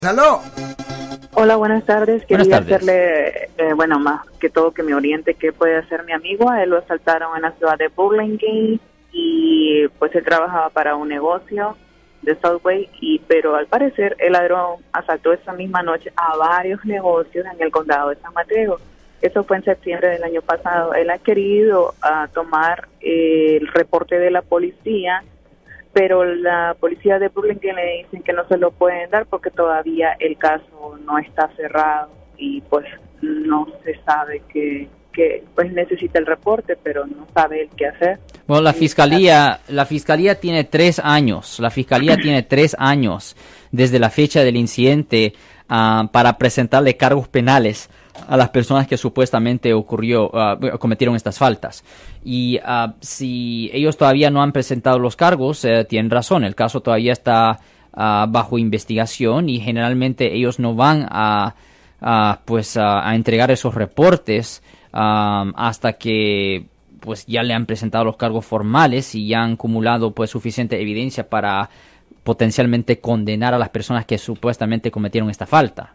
¡Aló! Hola, buenas tardes. Buenas Quería tardes. hacerle, más que todo que me oriente qué puede hacer mi amigo. A él lo asaltaron en la ciudad de Burlingame y pues él trabajaba para un negocio de Subway, pero al parecer el ladrón asaltó esa misma noche a varios negocios en el condado de San Mateo. Eso fue en septiembre del año pasado. Él ha querido tomar el reporte de la policía, pero la policía de Burlingame le dicen que no se lo pueden dar porque todavía el caso no está cerrado y pues no se sabe que pues necesita el reporte, pero no sabe el qué hacer. Bueno, la fiscalía tiene 3 años. La fiscalía tiene 3 años desde la fecha del incidente para presentarle cargos penales a las personas que supuestamente cometieron estas faltas. Y si ellos todavía no han presentado los cargos, tienen razón. El caso todavía está bajo investigación y generalmente ellos no van a entregar esos reportes hasta que pues ya le han presentado los cargos formales y ya han acumulado pues suficiente evidencia para potencialmente condenar a las personas que supuestamente cometieron esta falta.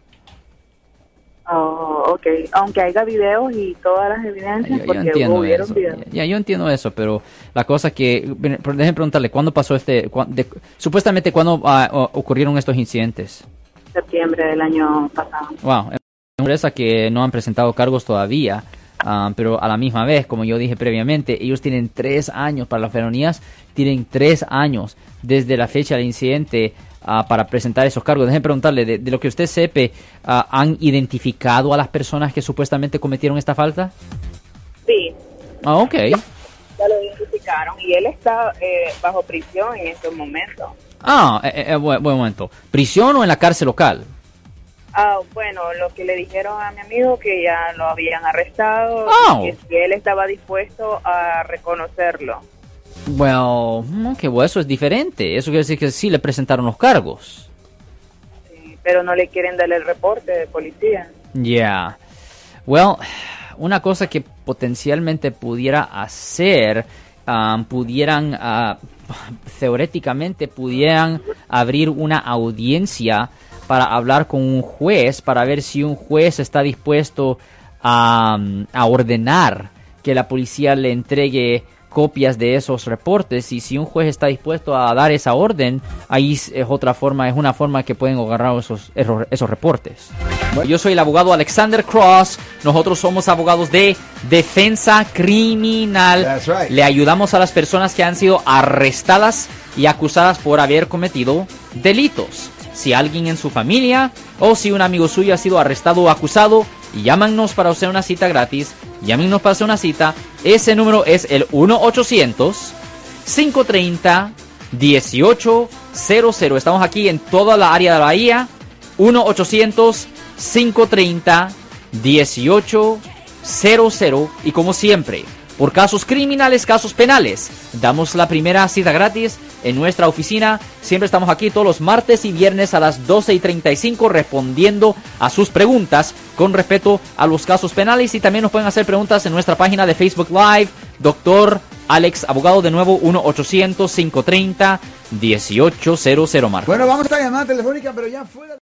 Oh, ok. Aunque haya videos y todas las evidencias, Yo porque entiendo hubieron eso. videos. Yo entiendo eso, pero la cosa que... Déjenme preguntarle, ¿cuándo pasó supuestamente cuándo ocurrieron estos incidentes? Septiembre del año pasado. Wow, es una empresa que no han presentado cargos todavía, pero a la misma vez, como yo dije previamente, ellos tienen 3 años para las felonías, tienen 3 años desde la fecha del incidente para presentar esos cargos. Déjenme preguntarle, de lo que usted sepa, ¿han identificado a las personas que supuestamente cometieron esta falta? Sí. Ok. Ya lo identificaron y él está bajo prisión en estos momentos. Buen momento. ¿Prisión o en la cárcel local? Bueno, lo que le dijeron a mi amigo que ya lo habían arrestado y que él estaba dispuesto a reconocerlo. Bueno, eso es diferente. Eso quiere decir que sí le presentaron los cargos. Sí, pero no le quieren dar el reporte de policía. Yeah. Una cosa que potencialmente pudiera hacer, teóricamente pudieran abrir una audiencia para hablar con un juez, para ver si un juez está dispuesto a ordenar que la policía le entregue copias de esos reportes, y si un juez está dispuesto a dar esa orden, ahí es una forma que pueden agarrar esos reportes. Bueno. Yo soy el abogado Alexander Cross. Nosotros somos abogados de defensa criminal. That's right. Le ayudamos a las personas que han sido arrestadas y acusadas por haber cometido delitos. Si alguien en su familia o si un amigo suyo ha sido arrestado o acusado, llámanos para hacer una cita gratis. Llámenos para hacer una cita. Ese número es el 1-800-530-1800. Estamos aquí en toda la área de la Bahía. 1-800-530-1800. Y como siempre, por casos criminales, casos penales, damos la primera cita gratis en nuestra oficina. Siempre estamos aquí todos los martes y viernes a las 12:35 respondiendo a sus preguntas con respecto a los casos penales, y también nos pueden hacer preguntas en nuestra página de Facebook Live. Doctor Alex Abogado, de nuevo 1-800-530-1800. Bueno, vamos a esta llamada telefónica, pero ya fuera.